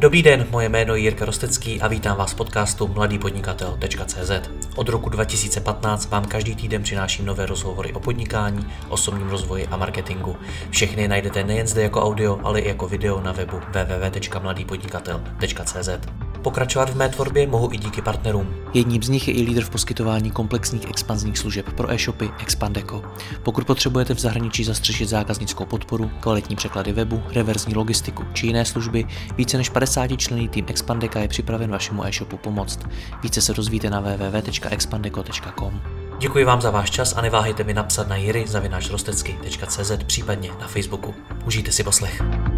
Dobrý den, moje jméno je Jirka Rostecký a vítám vás v podcastu mladýpodnikatel.cz. Od roku 2015 vám každý týden přináším nové rozhovory o podnikání, osobním rozvoji a marketingu. Všechny najdete nejen zde jako audio, ale i jako video na webu www.mladýpodnikatel.cz. Pokračovat v mé tvorbě mohu i díky partnerům. Jedním z nich je i lídr v poskytování komplexních expanzních služeb pro e-shopy Expandeco. Pokud potřebujete v zahraničí zastřešit zákaznickou podporu, kvalitní překlady webu, reverzní logistiku či jiné služby, více než 50členný tým Expandeca je připraven vašemu e-shopu pomoct. Více se dozvíte na www.expandeco.com. Děkuji vám za váš čas a neváhejte mi napsat na jiry@rostecky.cz, případně na Facebooku. Užijte si poslech.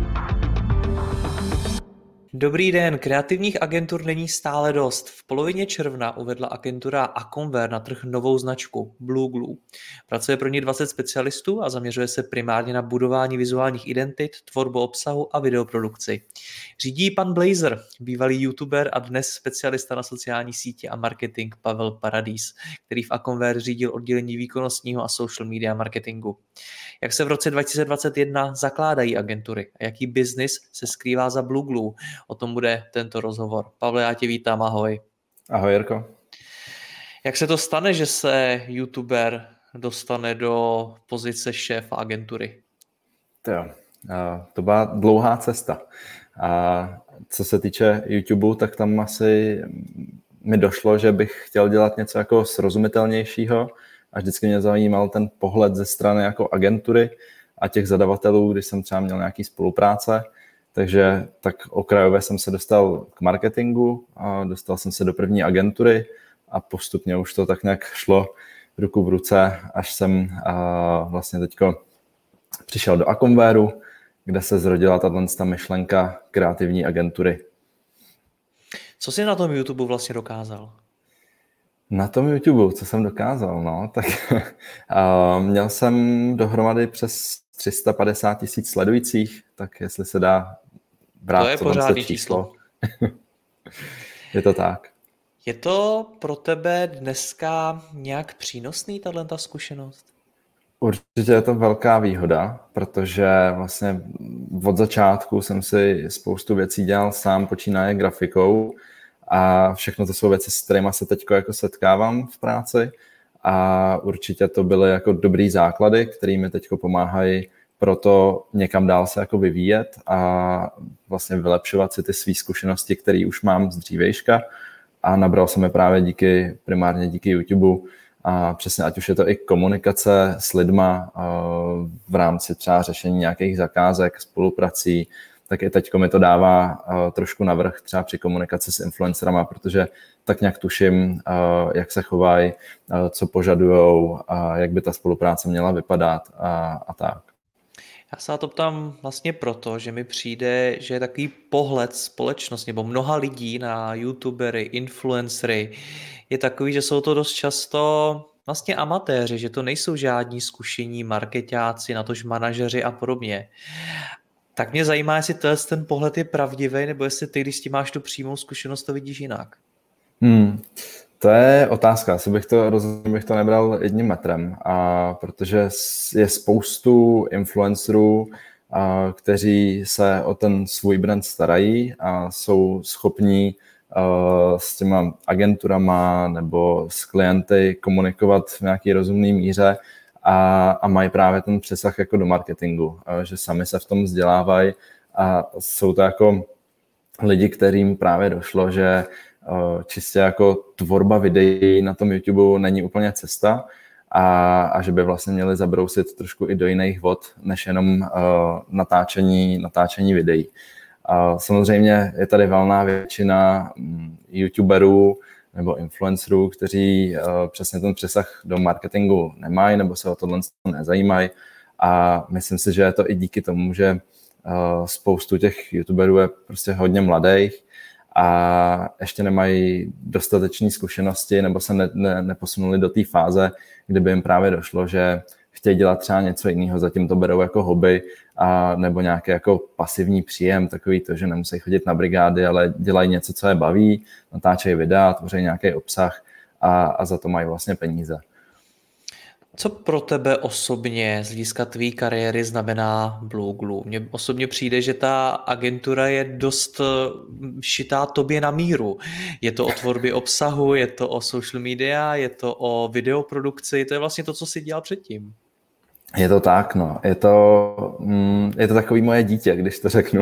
Dobrý den, kreativních agentur není stále dost. V polovině června uvedla agentura Aconver na trh novou značku Blue Glue. Pracuje pro ní 20 specialistů a zaměřuje se primárně na budování vizuálních identit, tvorbu obsahu a videoprodukci. Řídí pan Blazer, bývalý youtuber a dnes specialista na sociální sítě a marketing Pavel Paradis, který v Aconver řídil oddělení výkonnostního a social media marketingu. Jak se v roce 2021 zakládají agentury a jaký biznis se skrývá za Blue Glue? O tom bude tento rozhovor. Pavle, já tě vítám, ahoj. Ahoj, Jirko. Jak se to stane, že se youtuber dostane do pozice šéfa agentury? To byla dlouhá cesta. A co se týče YouTube, tak tam asi mi došlo, že bych chtěl dělat něco jako srozumitelnějšího a vždycky mě zajímal ten pohled ze strany jako agentury a těch zadavatelů, když jsem třeba měl nějaký spolupráce. Takže tak okrajově jsem se dostal k marketingu a dostal jsem se do první agentury a postupně už to tak nějak šlo ruku v ruce, až jsem vlastně teďko přišel do Aconveru, kde se zrodila tato myšlenka kreativní agentury. Co jsi na tom YouTube vlastně dokázal? Na tom YouTube, co jsem dokázal? No, tak měl jsem dohromady přes 350 000 sledujících, tak jestli se dá brát, to je pořádný číslo. Je to tak. Je to pro tebe dneska nějak přínosný, tato zkušenost? Určitě je to velká výhoda, protože vlastně od začátku jsem si spoustu věcí dělal sám, počínaje grafikou a všechno to jsou věci, s kterými se teď jako setkávám v práci a určitě to byly jako dobrý základy, které mi teď pomáhají proto někam dál se jako vyvíjet a vlastně vylepšovat si ty své zkušenosti, které už mám z dřívejška a nabral jsem je právě primárně díky YouTube a přesně ať už je to i komunikace s lidma v rámci třeba řešení nějakých zakázek, spoluprací, tak i teďko mi to dává trošku navrch třeba při komunikaci s influencerama, protože tak nějak tuším, jak se chovají, co požadujou, jak by ta spolupráce měla vypadat a tak. Já se na to ptám vlastně proto, že mi přijde, že je takový pohled společnosti nebo mnoha lidí na youtubery, influencery je takový, že jsou to dost často vlastně amatéři, že to nejsou žádní zkušení marketáci, natož manažeři a podobně. Tak mě zajímá, jestli ten pohled je pravdivý, nebo jestli ty, když s tím máš tu přímou zkušenost, to vidíš jinak. To je otázka, asi bych to nebral jedním metrem, protože je spoustu influencerů, kteří se o ten svůj brand starají a jsou schopní s těma agenturama nebo s klienty komunikovat v nějaký rozumný míře a mají právě ten přesah jako do marketingu, že sami se v tom vzdělávají a jsou to jako lidi, kterým právě došlo, že čistě jako tvorba videí na tom YouTube není úplně cesta a že by vlastně měli zabrousit trošku i do jiných vod, než jenom natáčení videí. Samozřejmě je tady valná většina YouTuberů nebo influencerů, kteří přesně ten přesah do marketingu nemají nebo se o tohle nezajímají a myslím si, že je to i díky tomu, že spoustu těch YouTuberů je prostě hodně mladých a ještě nemají dostatečné zkušenosti nebo se neposunuli do té fáze, kde by jim právě došlo, že chtějí dělat třeba něco jiného, zatím to berou jako hobby nebo nějaký jako pasivní příjem, takový to, že nemusí chodit na brigády, ale dělají něco, co je baví, natáčejí videa, tvoří nějaký obsah a za to mají vlastně peníze. Co pro tebe osobně z hlediska tvý kariéry znamená Blue Glue? Mně osobně přijde, že ta agentura je dost šitá tobě na míru. Je to o tvorbě obsahu, je to o social media, je to o videoprodukci, to je vlastně to, co jsi dělal předtím. Je to tak, no. Je to takový moje dítě, když to řeknu.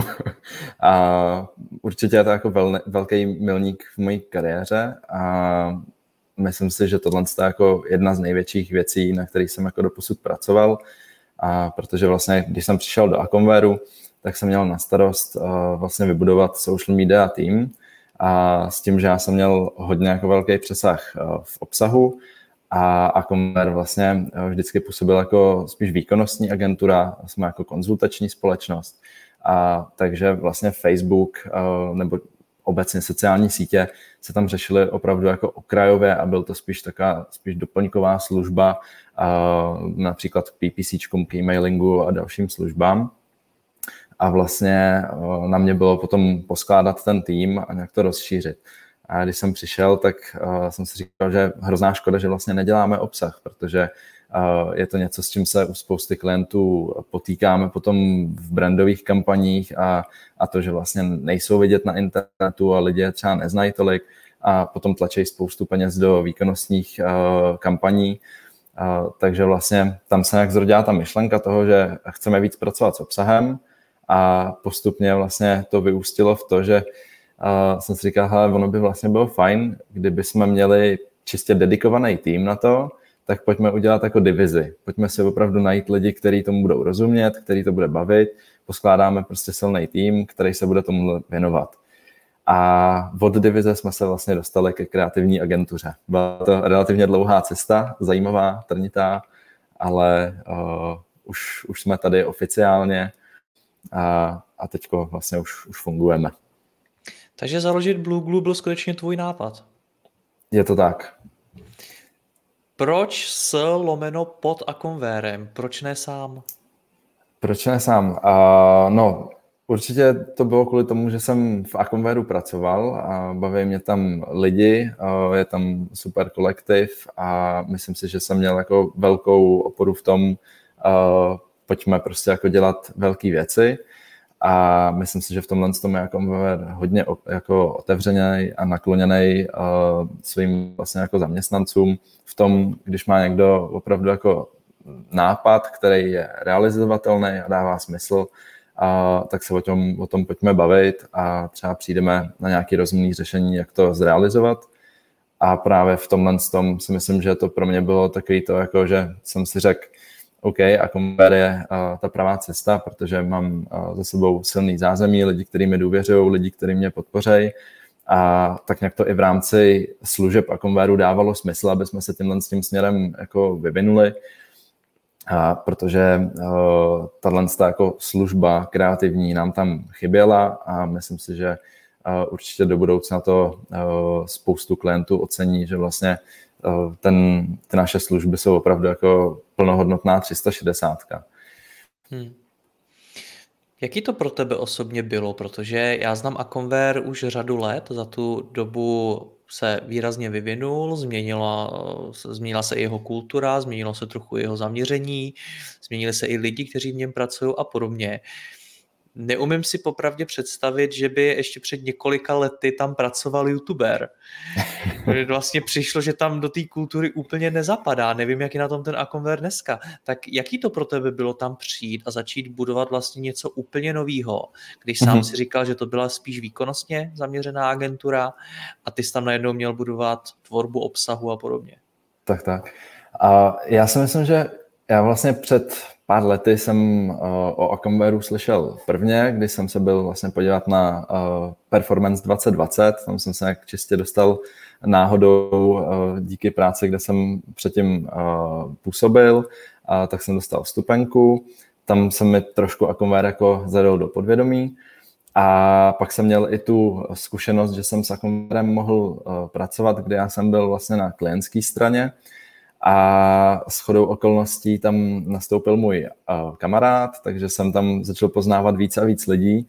A určitě je to jako velký milník v mojí kariéře a myslím si, že tohle je jako jedna z největších věcí, na kterých jsem jako doposud pracoval. A protože vlastně, když jsem přišel do Aconveru, tak jsem měl na starost vlastně vybudovat social media tým a s tím, že já jsem měl hodně jako velký přesah v obsahu, a Aconver vlastně vždycky působil jako spíš výkonnostní agentura, jsme jako konzultační společnost. A takže vlastně Facebook nebo obecně sociální sítě se tam řešily opravdu jako okrajově a byl to spíš doplňková služba, například k PPCčkům, k e-mailingu a dalším službám. A vlastně na mě bylo potom poskládat ten tým a nějak to rozšířit. A když jsem přišel, tak jsem si říkal, že hrozná škoda, že vlastně neděláme obsah, protože je to něco, s čím se u spousty klientů potýkáme potom v brandových kampaních a to, že vlastně nejsou vidět na internetu a lidi třeba neznají tolik a potom tlačí spoustu peněz do výkonnostních kampaní. Takže vlastně tam se nějak zrodila ta myšlenka toho, že chceme víc pracovat s obsahem a postupně vlastně to vyústilo v to, že jsem si říkal, hele, ono by vlastně bylo fajn, kdyby jsme měli čistě dedikovaný tým na to, tak pojďme udělat jako divizi. Pojďme si opravdu najít lidi, kteří tomu budou rozumět, který to bude bavit, poskládáme prostě silný tým, který se bude tomu věnovat. A od divize jsme se vlastně dostali ke kreativní agentuře. Byla to relativně dlouhá cesta, zajímavá, trnitá, ale už jsme tady oficiálně a teďko vlastně už fungujeme. Takže založit Blue Glue byl skutečně tvůj nápad. Je to tak. Proč s / pod Aconverem? Proč ne sám? Proč ne sám? No, určitě to bylo kvůli tomu, že jsem v Aconveru pracoval a baví mě tam lidi, je tam super kolektiv a myslím si, že jsem měl jako velkou oporu v tom, pojďme prostě jako dělat velké věci. A myslím si, že v tomhle tom je Aconver hodně jako otevřený a nakloněný svým vlastně jako zaměstnancům v tom, když má někdo opravdu jako nápad, který je realizovatelný a dává smysl, tak se o tom pojďme bavit a třeba přijdeme na nějaké rozumné řešení, jak to zrealizovat. A právě v tomhle tom si myslím, že to pro mě bylo takový to, jako, že jsem si řekl, OK, Aconver je ta pravá cesta, protože mám za sebou silný zázemí, lidi, kteří mi důvěřují, lidi, kteří mě podpořejí. A tak nějak to i v rámci služeb Aconveru dávalo smysl, aby jsme se s tím směrem jako vyvinuli. Protože tato jako služba kreativní nám tam chyběla a myslím si, že určitě do budoucna to spoustu klientů ocení, že vlastně ty naše služby jsou opravdu jako plnohodnotná 360. Jaký to pro tebe osobně bylo? Protože já znám Aconver už řadu let, za tu dobu se výrazně vyvinul, změnila se i jeho kultura, změnilo se trochu jeho zaměření, změnili se i lidi, kteří v něm pracují a podobně. Neumím si popravdě představit, že by ještě před několika lety tam pracoval youtuber. Vlastně přišlo, že tam do té kultury úplně nezapadá. Nevím, jak je na tom ten Aconver dneska. Tak jaký to pro tebe bylo tam přijít a začít budovat vlastně něco úplně novýho, když sám si říkal, že to byla spíš výkonnostně zaměřená agentura a ty jsi tam najednou měl budovat tvorbu obsahu a podobně. Tak. A já si myslím, že já vlastně před pár lety jsem o Aconveru slyšel prvně, když jsem se byl vlastně podívat na Performance 2020, tam jsem se jak čistě dostal náhodou díky práci, kde jsem předtím působil, tak jsem dostal vstupenku, tam se mi trošku Aconver jako zadal do podvědomí a pak jsem měl i tu zkušenost, že jsem s Aconverem mohl pracovat, kde já jsem byl vlastně na klientské straně. A shodou okolností tam nastoupil můj kamarád, takže jsem tam začal poznávat víc a víc lidí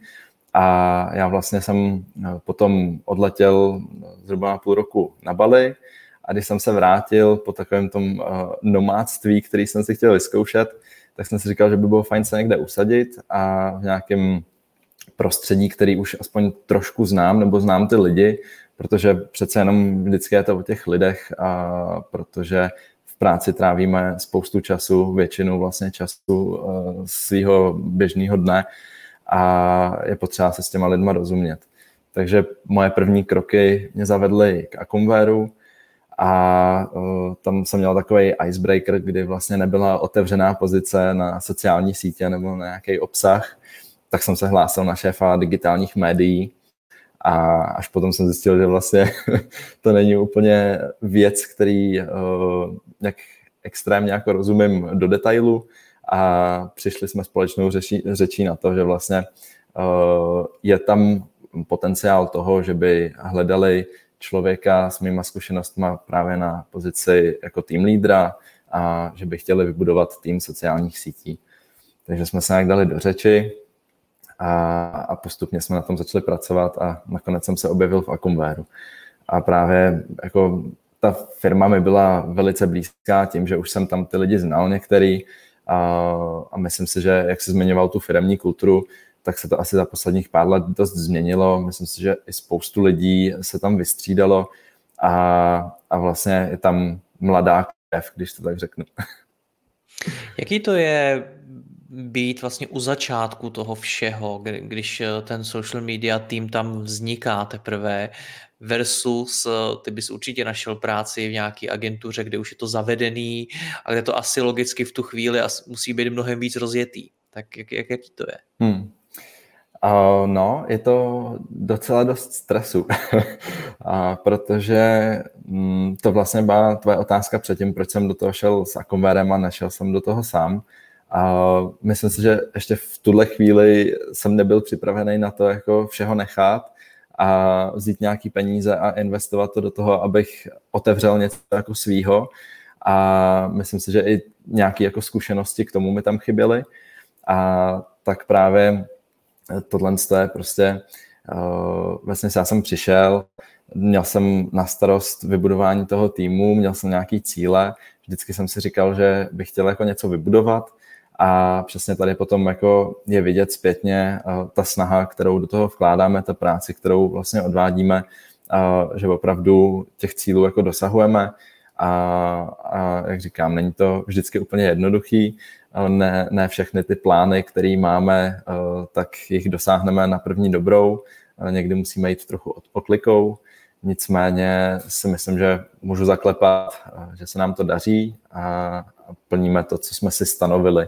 a já vlastně jsem potom odletěl zhruba na půl roku na Bali A když jsem se vrátil po takovém tom nomádství, který jsem si chtěl vyzkoušet, tak jsem si říkal, že by bylo fajn se někde usadit a v nějakém prostředí, který už aspoň trošku znám, nebo znám ty lidi, protože přece jenom vždycky je to o těch lidech, a protože v práci trávíme spoustu času, většinu vlastně času svého běžného dne a je potřeba se s těma lidma rozumět. Takže moje první kroky mě zavedly k Akomvéru a tam jsem měl takový icebreaker, kdy vlastně nebyla otevřená pozice na sociální sítě nebo na nějaký obsah, tak jsem se hlásil na šéfa digitálních médií a až potom jsem zjistil, že vlastně to není úplně věc, který jak extrémně jako rozumím do detailu a přišli jsme společnou řečí na to, že vlastně je tam potenciál toho, že by hledali člověka s mýma zkušenostma právě na pozici jako tým lídra a že by chtěli vybudovat tým sociálních sítí. Takže jsme se nějak dali do řeči a postupně jsme na tom začali pracovat a nakonec jsem se objevil v Akomvéru. A právě jako ta firma mi byla velice blízká tím, že už jsem tam ty lidi znal některý a myslím si, že jak jsi zmiňoval tu firemní kulturu, tak se to asi za posledních pár let dost změnilo. Myslím si, že i spoustu lidí se tam vystřídalo a vlastně je tam mladá krev, když to tak řeknu. Jaký to je být vlastně u začátku toho všeho, když ten social media tým tam vzniká teprve versus ty bys určitě našel práci v nějaké agentuře, kde už je to zavedený a kde to asi logicky v tu chvíli musí být mnohem víc rozjetý. Tak jaký to je? No, je to docela dost stresu, protože to vlastně byla tvoje otázka předtím, proč jsem do toho šel s Akomvérem a nešel jsem do toho sám. Myslím si, že ještě v tuhle chvíli jsem nebyl připravený na to jako všeho nechat a vzít nějaký peníze a investovat to do toho, abych otevřel něco jako svýho. A myslím si, že i nějaké jako zkušenosti k tomu mi tam chyběly. A tak právě tohle je prostě, vlastně já jsem přišel, měl jsem na starost vybudování toho týmu, měl jsem nějaký cíle, vždycky jsem si říkal, že bych chtěl jako něco vybudovat a přesně tady potom jako je vidět zpětně ta snaha, kterou do toho vkládáme, ta práci, kterou vlastně odvádíme, že opravdu těch cílů jako dosahujeme a jak říkám, není to vždycky úplně jednoduchý, ne všechny ty plány, které máme, tak jich dosáhneme na první dobrou. Někdy musíme jít trochu od poklikou. Nicméně si myslím, že můžu zaklepat, že se nám to daří a plníme to, co jsme si stanovili.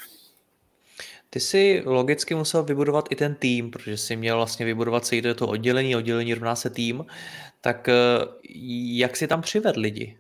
Ty jsi logicky musel vybudovat i ten tým, protože jsi měl vlastně vybudovat celé to oddělení rovná se tým. Tak jak jsi tam přivedl lidi?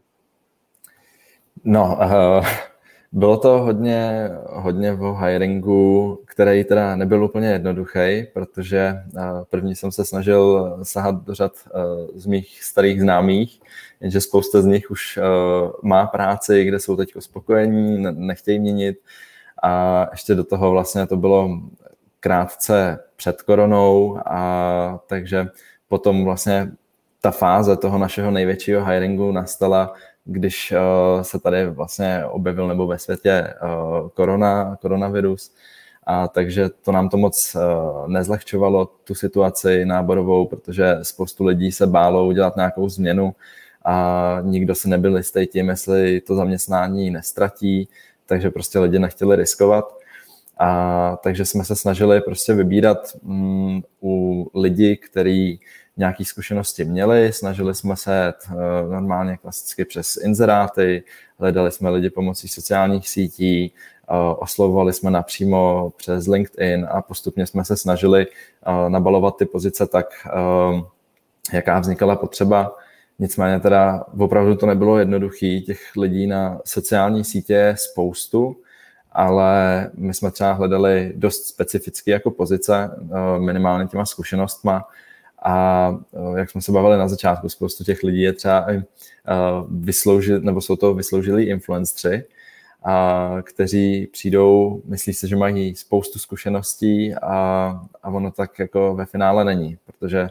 No, bylo to hodně o hiringu, který teda nebyl úplně jednoduchý, protože první jsem se snažil sahat do řad z mých starých známých, jenže spousta z nich už má práci, kde jsou teď spokojení, nechtějí měnit a ještě do toho vlastně to bylo krátce před koronou a takže potom vlastně ta fáze toho našeho největšího hiringu nastala, když se tady vlastně objevil nebo ve světě koronavirus. A takže to nám to moc nezlehčovalo tu situaci náborovou, protože spoustu lidí se bálo udělat nějakou změnu a nikdo se nebyl jistý tím, jestli to zaměstnání nestratí, takže prostě lidi nechtěli riskovat. A takže jsme se snažili prostě vybírat u lidí, kteří nějaké zkušenosti měli, snažili jsme se normálně klasicky přes inzeráty, hledali jsme lidi pomocí sociálních sítí, oslovovali jsme napřímo přes LinkedIn a postupně jsme se snažili nabalovat ty pozice tak, jaká vznikala potřeba. Nicméně teda opravdu to nebylo jednoduché, těch lidí na sociální sítě je spoustu, ale my jsme třeba hledali dost specifické jako pozice, minimálně těma zkušenostma. A jak jsme se bavili na začátku, spoustu těch lidí je třeba nebo jsou to vysloužilí influenceri, kteří přijdou, myslí si, že mají spoustu zkušeností a ono tak jako ve finále není, protože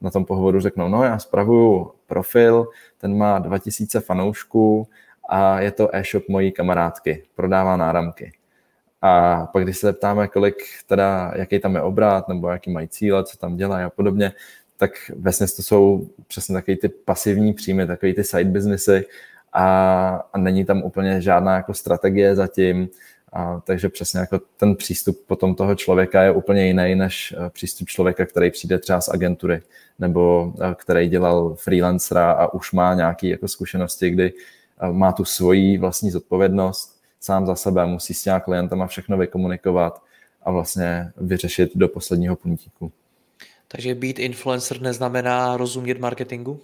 na tom pohovoru řeknou, no já spravuju profil, ten má 2000 fanoušků a je to e-shop mojí kamarádky, prodává náramky. A pak když se ptáme, jaký tam je obrat, nebo jaký mají cíle, co tam dělají a podobně, tak vlastně to jsou přesně takový ty pasivní příjmy, takový ty side businessy a není tam úplně žádná jako strategie zatím, takže přesně jako ten přístup potom toho člověka je úplně jiný než přístup člověka, který přijde třeba z agentury nebo který dělal freelancera a už má nějaké jako zkušenosti, kdy má tu svoji vlastní zodpovědnost sám za sebe, musí s těma klientama všechno vykomunikovat a vlastně vyřešit do posledního puntíku. Takže být influencer neznamená rozumět marketingu?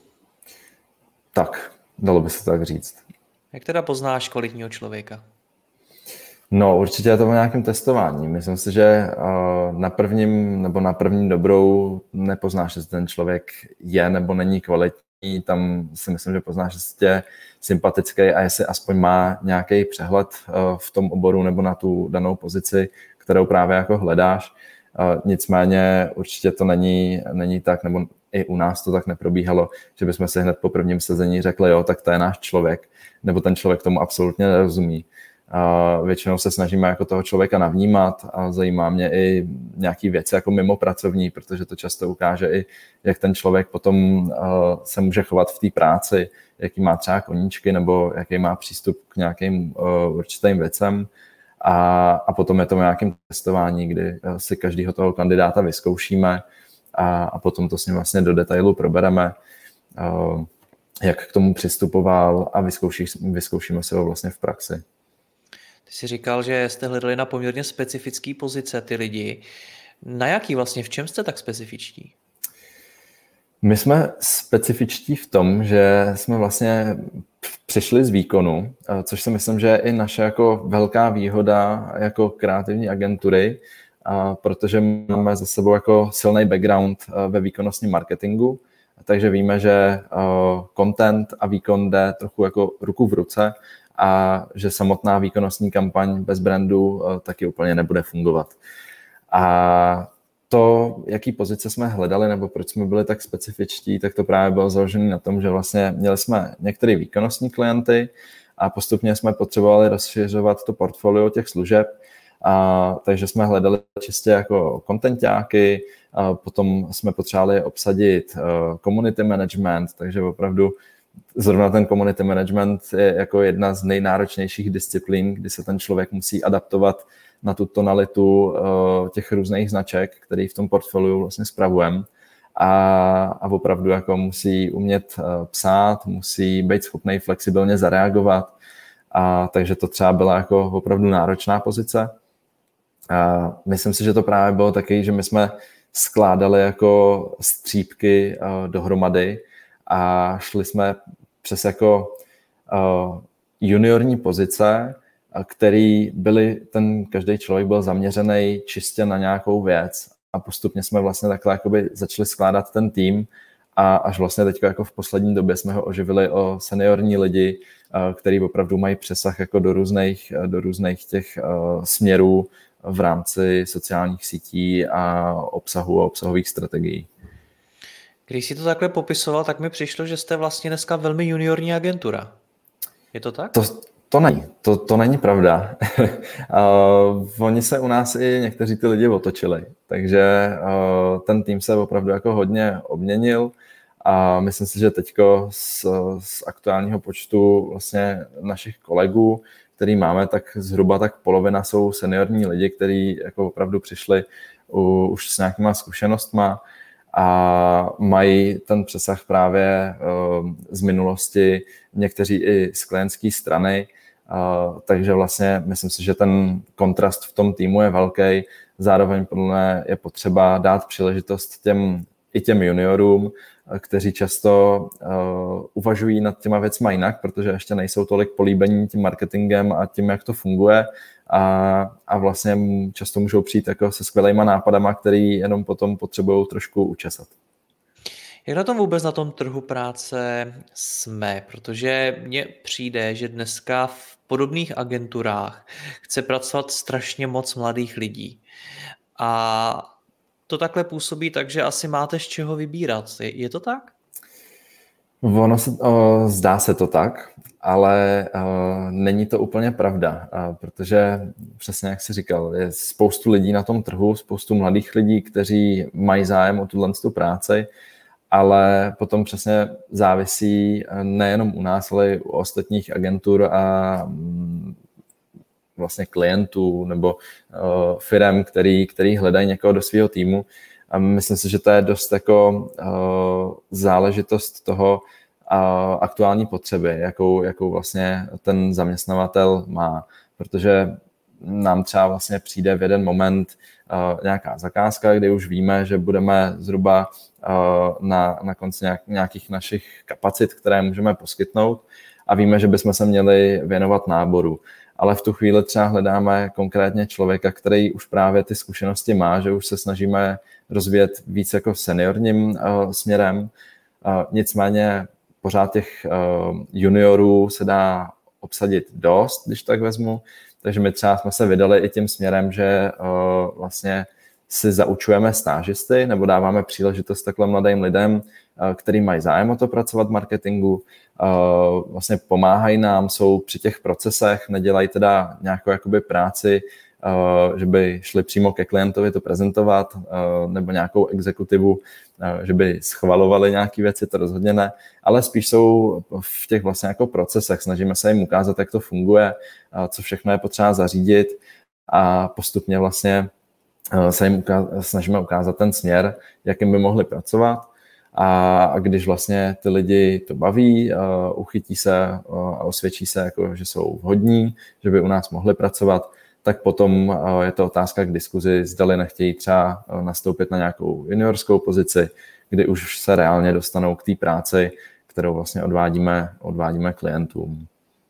Tak, dalo by se tak říct. Jak teda poznáš kvalitního člověka? No, určitě je to o nějakém testování. Myslím si, že na první dobrou nepoznáš, jestli ten člověk je nebo není kvalitní. Tam si myslím, že poznáš, jestli je sympatický a jestli aspoň má nějaký přehled v tom oboru nebo na tu danou pozici, kterou právě jako hledáš. Nicméně určitě to není tak, nebo i u nás to tak neprobíhalo, že bychom si hned po prvním sezení řekli, jo, tak to je náš člověk, nebo ten člověk tomu absolutně nerozumí. Většinou se snažíme jako toho člověka navnímat a zajímá mě i nějaký věci jako mimo pracovní, protože to často ukáže i, jak ten člověk potom se může chovat v té práci, jaký má třeba koníčky nebo jaký má přístup k nějakým určitým věcem. A potom je to nějakým testování, kdy si každého toho kandidáta vyzkoušíme a potom to s ním vlastně do detailu probereme, jak k tomu přistupoval a vyzkoušíme se ho vlastně v praxi. Ty jsi říkal, že jste hledali na poměrně specifické pozice ty lidi. Na jaký vlastně, v čem jste tak specifičtí? My jsme specifičtí v tom, že jsme vlastně přišli z výkonu, což si myslím, že je i naše jako velká výhoda jako kreativní agentury, protože máme za sebou jako silný background ve výkonnostním marketingu, takže víme, že content a výkon jde trochu jako ruku v ruce a že samotná výkonnostní kampaň bez brandu taky úplně nebude fungovat. A to, jaký pozice jsme hledali nebo proč jsme byli tak specifičtí, tak to právě bylo založené na tom, že vlastně měli jsme některé výkonnostní klienty a postupně jsme potřebovali rozšiřovat to portfolio těch služeb, takže jsme hledali čistě jako contentáky, potom jsme potřebovali obsadit community management, takže opravdu zrovna ten community management je jako jedna z nejnáročnějších disciplín, kdy se ten člověk musí adaptovat na tu tonalitu těch různých značek, který v tom portfoliu vlastně spravujeme a opravdu jako musí umět psát, musí být schopný flexibilně zareagovat takže to třeba byla jako opravdu náročná pozice. Myslím si, že to právě bylo taky, že my jsme skládali jako střípky dohromady a šli jsme přes jako juniorní pozice, který každý člověk byl zaměřený čistě na nějakou věc a postupně jsme vlastně takhle jakoby začali skládat ten tým a až vlastně teď jako v poslední době jsme ho oživili o seniorní lidi, který opravdu mají přesah jako do různých těch směrů v rámci sociálních sítí a obsahu a obsahových strategií. Když jsi to takhle popisoval, tak mi přišlo, že jste vlastně dneska velmi juniorní agentura. Je to tak? To není pravda. Oni se u nás i někteří ty lidi otočili, takže ten tým se opravdu jako hodně obměnil a myslím si, že teďko z aktuálního počtu vlastně našich kolegů, který máme, tak zhruba tak polovina jsou seniorní lidi, kteří jako opravdu přišli už s nějakýma zkušenostma a mají ten přesah právě z minulosti, někteří i z klientské strany, takže vlastně myslím si, že ten kontrast v tom týmu je velký, zároveň podle mě je potřeba dát příležitost těm juniorům, kteří často uvažují nad těma věcma jinak, protože ještě nejsou tolik políbení tím marketingem a tím, jak to funguje a vlastně často můžou přijít jako se skvělejma nápadama, který jenom potom potřebují trošku učesat. Jak na tom vůbec na tom trhu práce jsme? Protože mně přijde, že dneska v podobných agenturách chce pracovat strašně moc mladých lidí. A to takhle působí, takže asi máte z čeho vybírat. Je to tak? Ono se, zdá se to tak, ale není to úplně pravda, protože přesně jak jsi říkal, je spoustu lidí na tom trhu, spoustu mladých lidí, kteří mají zájem o tu práci, ale potom přesně závisí nejenom u nás, ale i u ostatních agentur a vlastně klientů nebo firem, který hledají někoho do svého týmu. A myslím si, že to je dost jako záležitost toho aktuální potřeby, jakou vlastně ten zaměstnavatel má. Protože nám třeba vlastně přijde v jeden moment nějaká zakázka, kdy už víme, že budeme zhruba na konci nějakých našich kapacit, které můžeme poskytnout a víme, že bychom se měli věnovat náboru. Ale v tu chvíli třeba hledáme konkrétně člověka, který už právě ty zkušenosti má, že už se snažíme rozvíjet víc jako seniorním směrem. Nicméně pořád těch juniorů se dá obsadit dost, když tak vezmu. Takže my třeba jsme se vydali i tím směrem, že vlastně si zaučujeme stážisty nebo dáváme příležitost takhle mladým lidem, který mají zájem o to pracovat v marketingu, vlastně pomáhají nám, jsou při těch procesech, nedělají teda nějakou jakoby práci, že by šli přímo ke klientovi to prezentovat, nebo nějakou exekutivu, že by schvalovali nějaké věci, to rozhodně ne, ale spíš jsou v těch vlastně jako procesech, snažíme se jim ukázat, jak to funguje, co všechno je potřeba zařídit a postupně vlastně se jim snažíme ukázat ten směr, jakým by mohli pracovat. A když vlastně ty lidi to baví, uchytí se a osvědčí se, jako, že jsou vhodní, že by u nás mohli pracovat, tak potom je to otázka k diskuzi, zdali nechtějí třeba nastoupit na nějakou juniorskou pozici, kdy už se reálně dostanou k té práci, kterou vlastně odvádíme klientům.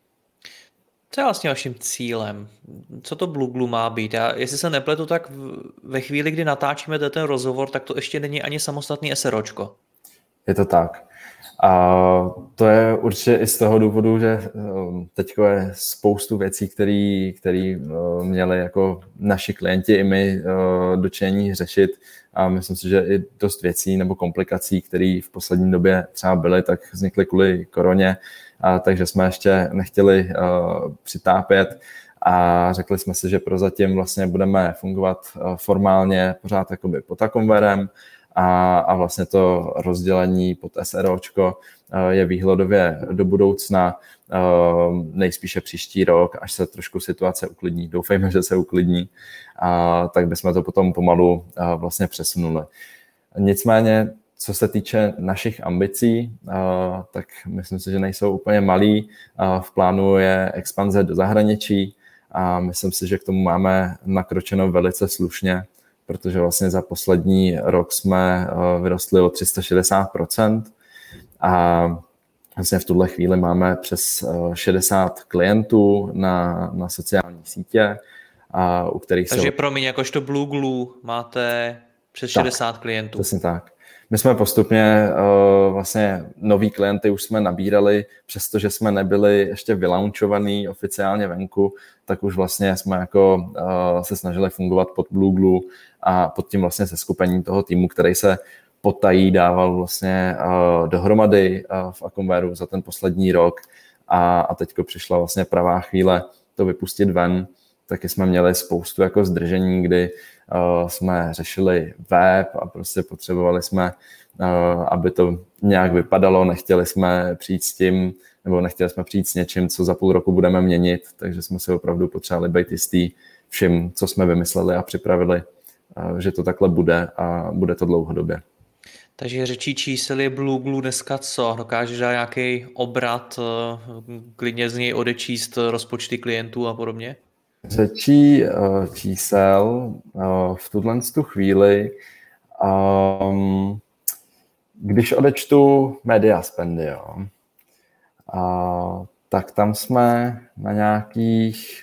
Co je vlastně vaším cílem? Co to Blue Glue má být? Jestli se nepletu, tak ve chvíli, kdy natáčíme ten rozhovor, tak to ještě není ani samostatný SROčko. Je to tak. A to je určitě i z toho důvodu, že teď je spoustu věcí, které měli jako naši klienti i my dočení řešit a myslím si, že i dost věcí nebo komplikací, které v poslední době třeba byly, tak vznikly kvůli koroně, takže jsme ještě nechtěli přitápět a řekli jsme si, že prozatím vlastně budeme fungovat formálně pořád jakoby pod Aconverem, a vlastně to rozdělení pod SROčko je výhledově do budoucna, nejspíše příští rok, až se trošku situace uklidní. Doufejme, že se uklidní, tak bychom to potom pomalu vlastně přesunuli. Nicméně, co se týče našich ambicí, tak myslím si, že nejsou úplně malý. V plánu je expanze do zahraničí a myslím si, že k tomu máme nakročeno velice slušně, protože vlastně za poslední rok jsme vyrostli o 360% a vlastně v tuhle chvíli máme přes 60 klientů na sociální sítě, u kterých Takže promiň, jakožto Blue Glue máte přes 60 klientů. Přesně tak. My jsme postupně vlastně nový klienty už jsme nabírali, přestože jsme nebyli ještě vylaunchovaný oficiálně venku, tak už vlastně jsme jako se snažili fungovat pod Blue Glue a pod tím vlastně seskupením toho týmu, který se potají dával vlastně dohromady v Aconveru za ten poslední rok a teďko přišla vlastně pravá chvíle to vypustit ven. Taky jsme měli spoustu jako zdržení, kdy jsme řešili web a prostě potřebovali jsme, aby to nějak vypadalo, nechtěli jsme přijít s tím, nebo nechtěli jsme přijít s něčím, co za půl roku budeme měnit, takže jsme si opravdu potřebovali být jistý vším, co jsme vymysleli a připravili, že to takhle bude a bude to dlouhodobě. Takže řečí čísel je Blue Glue dneska co? Dokážeš dát nějaký obrat, klidně z něj odečíst rozpočty klientů a podobně? Řečí čísel v tuhle chvíli, když odečtu media spendy, tak tam jsme na nějakých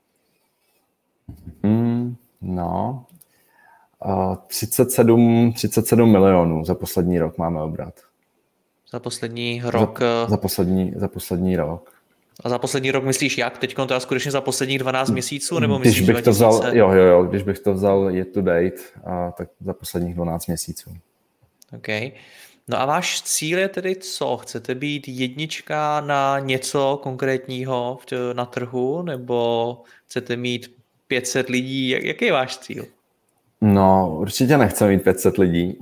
37 milionů za poslední rok máme obrat. Za poslední rok? Za poslední rok. A za poslední rok myslíš jak? Teď teda skutečně za posledních 12 měsíců? Nebo Když myslíš bych to vzal, 2000? jo, když bych to vzal year to date, tak za posledních 12 měsíců. OK. No a váš cíl je tedy co? Chcete být jednička na něco konkrétního na trhu, nebo chcete mít 500 lidí? Jaký je váš cíl? No, určitě nechceme mít 500 lidí.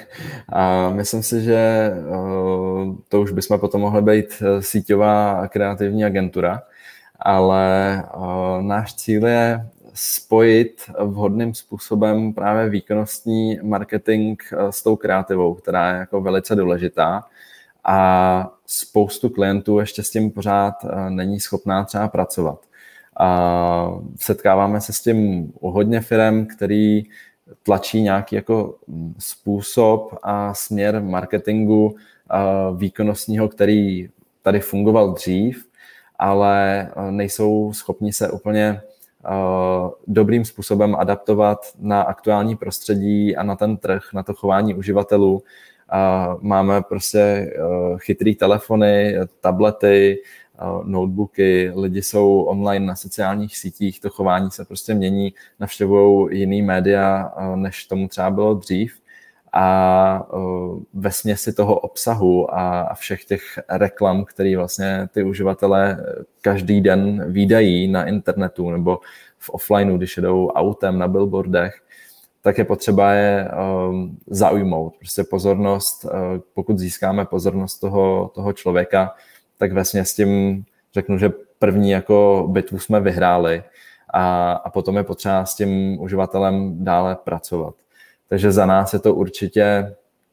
A myslím si, že to už bychom potom mohli být síťová a kreativní agentura, ale náš cíl je spojit vhodným způsobem právě výkonnostní marketing s tou kreativou, která je jako velice důležitá. A spoustu klientů ještě s tím pořád není schopná třeba pracovat. A setkáváme se s tím u hodně firem, který tlačí nějaký jako způsob a směr marketingu výkonnostního, který tady fungoval dřív, ale nejsou schopni se úplně dobrým způsobem adaptovat na aktuální prostředí a na ten trh, na to chování uživatelů. Máme prostě chytrý telefony, tablety, notebooky, lidi jsou online na sociálních sítích, to chování se prostě mění, navštěvují jiný média, než tomu třeba bylo dřív. A ve směsi toho obsahu a všech těch reklam, které vlastně ty uživatelé každý den vídají na internetu nebo v offlineu, když jedou autem na billboardech, tak je potřeba je zaujmout. Prostě pozornost, pokud získáme pozornost toho člověka, tak vlastně s tím řeknu, že první jako bitvu jsme vyhráli a potom je potřeba s tím uživatelem dále pracovat. Takže za nás je to určitě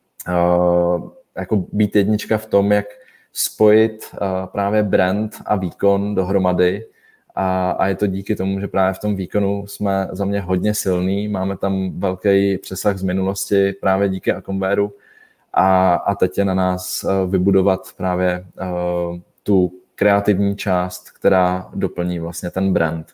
jako být jednička v tom, jak spojit právě brand a výkon dohromady a je to díky tomu, že právě v tom výkonu jsme za mě hodně silní, máme tam velký přesah z minulosti právě díky Aconveru a teď je na nás vybudovat právě tu kreativní část, která doplní vlastně ten brand.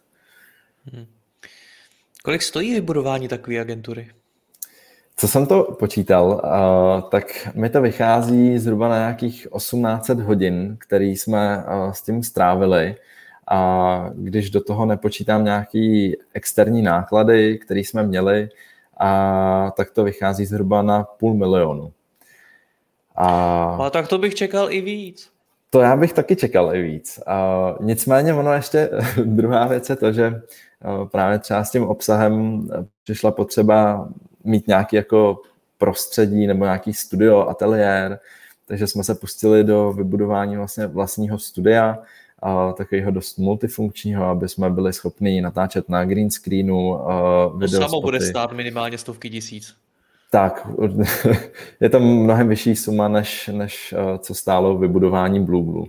Kolik stojí vybudování takové agentury? Co jsem to počítal, tak mi to vychází zhruba na nějakých 1800 hodin, který jsme s tím strávili. A když do toho nepočítám nějaký externí náklady, které jsme měli, tak to vychází zhruba na 500 000. Ale tak to bych čekal i víc. To já bych taky čekal i víc. Nicméně ono ještě druhá věc je to, že právě třeba s tím obsahem přišla potřeba mít nějaký jako prostředí nebo nějaký studio, ateliér, takže jsme se pustili do vybudování vlastně vlastního studia, takového dost multifunkčního, aby jsme byli schopni natáčet na green screenu, videospoty. To samo bude stát minimálně 100 000. Tak, je to mnohem vyšší suma, než co stálo vybudování Blue.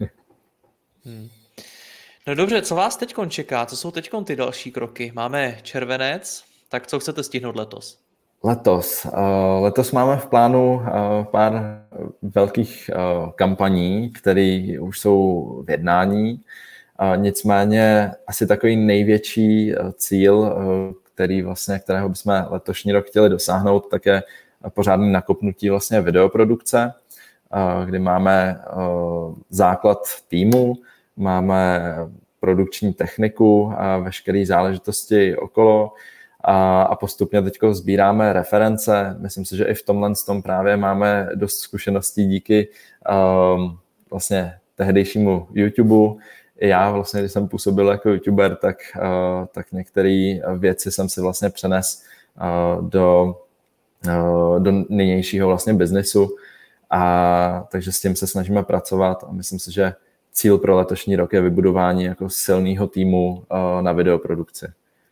No dobře, co vás teďkon čeká? Co jsou teďkon ty další kroky? Máme červenec, tak co chcete stihnout letos? Letos máme v plánu pár velkých kampaní, které už jsou v jednání. Nicméně asi takový největší cíl, kterého bychom letošní rok chtěli dosáhnout, tak je pořádný nakopnutí vlastně videoprodukce, kdy máme základ týmu, máme produkční techniku a veškeré záležitosti okolo a postupně teď sbíráme reference. Myslím si, že i v tomhle tom právě máme dost zkušeností díky vlastně tehdejšímu YouTubeu. I já vlastně, když jsem působil jako YouTuber, tak některé věci jsem si vlastně přenes do nynějšího vlastně biznesu. Takže s tím se snažíme pracovat a myslím si, že cíl pro letošní rok je vybudování jako silného týmu na videoprodukci.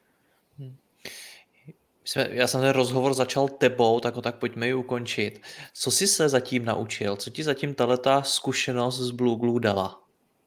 Já jsem ten rozhovor začal tebou, tak ho tak pojďme ji ukončit. Co jsi se zatím naučil? Co ti zatím tato zkušenost z Blue Glue dala?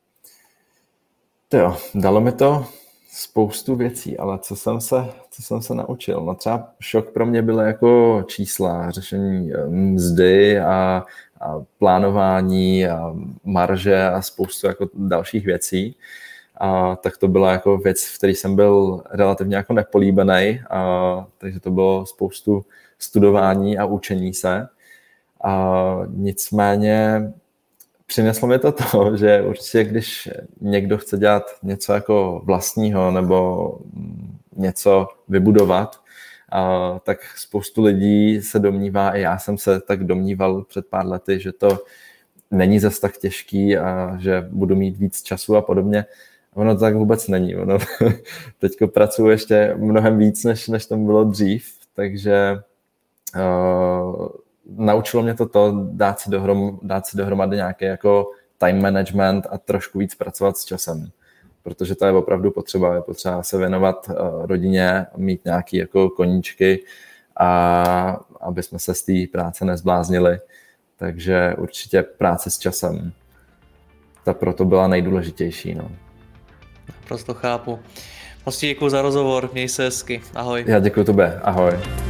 Jo, dalo mi to spoustu věcí, ale co jsem se naučil? No třeba šok pro mě bylo jako čísla, řešení mzdy a plánování a marže a spoustu jako dalších věcí. Tak to byla jako věc, v které jsem byl relativně jako nepolíbený, takže to bylo spoustu studování a učení se. Nicméně přineslo mi to, že určitě, když někdo chce dělat něco jako vlastního nebo něco vybudovat, tak spoustu lidí se domnívá, i já jsem se tak domníval před pár lety, že to není zas tak těžký a že budu mít víc času a podobně. Ono to tak vůbec není. Ono teďko pracuji ještě mnohem víc, než to bylo dřív, takže naučilo mě to dát si dohromady nějaký jako time management a trošku víc pracovat s časem, protože to je opravdu potřeba. Je potřeba se věnovat rodině, mít nějaký jako koníčky a aby jsme se z té práce nezbláznili. Takže určitě práce s časem. Ta proto byla nejdůležitější. No. Prostě chápu. Moc ti děkuji za rozhovor, měj se hezky. Ahoj. Já děkuji tobě, ahoj.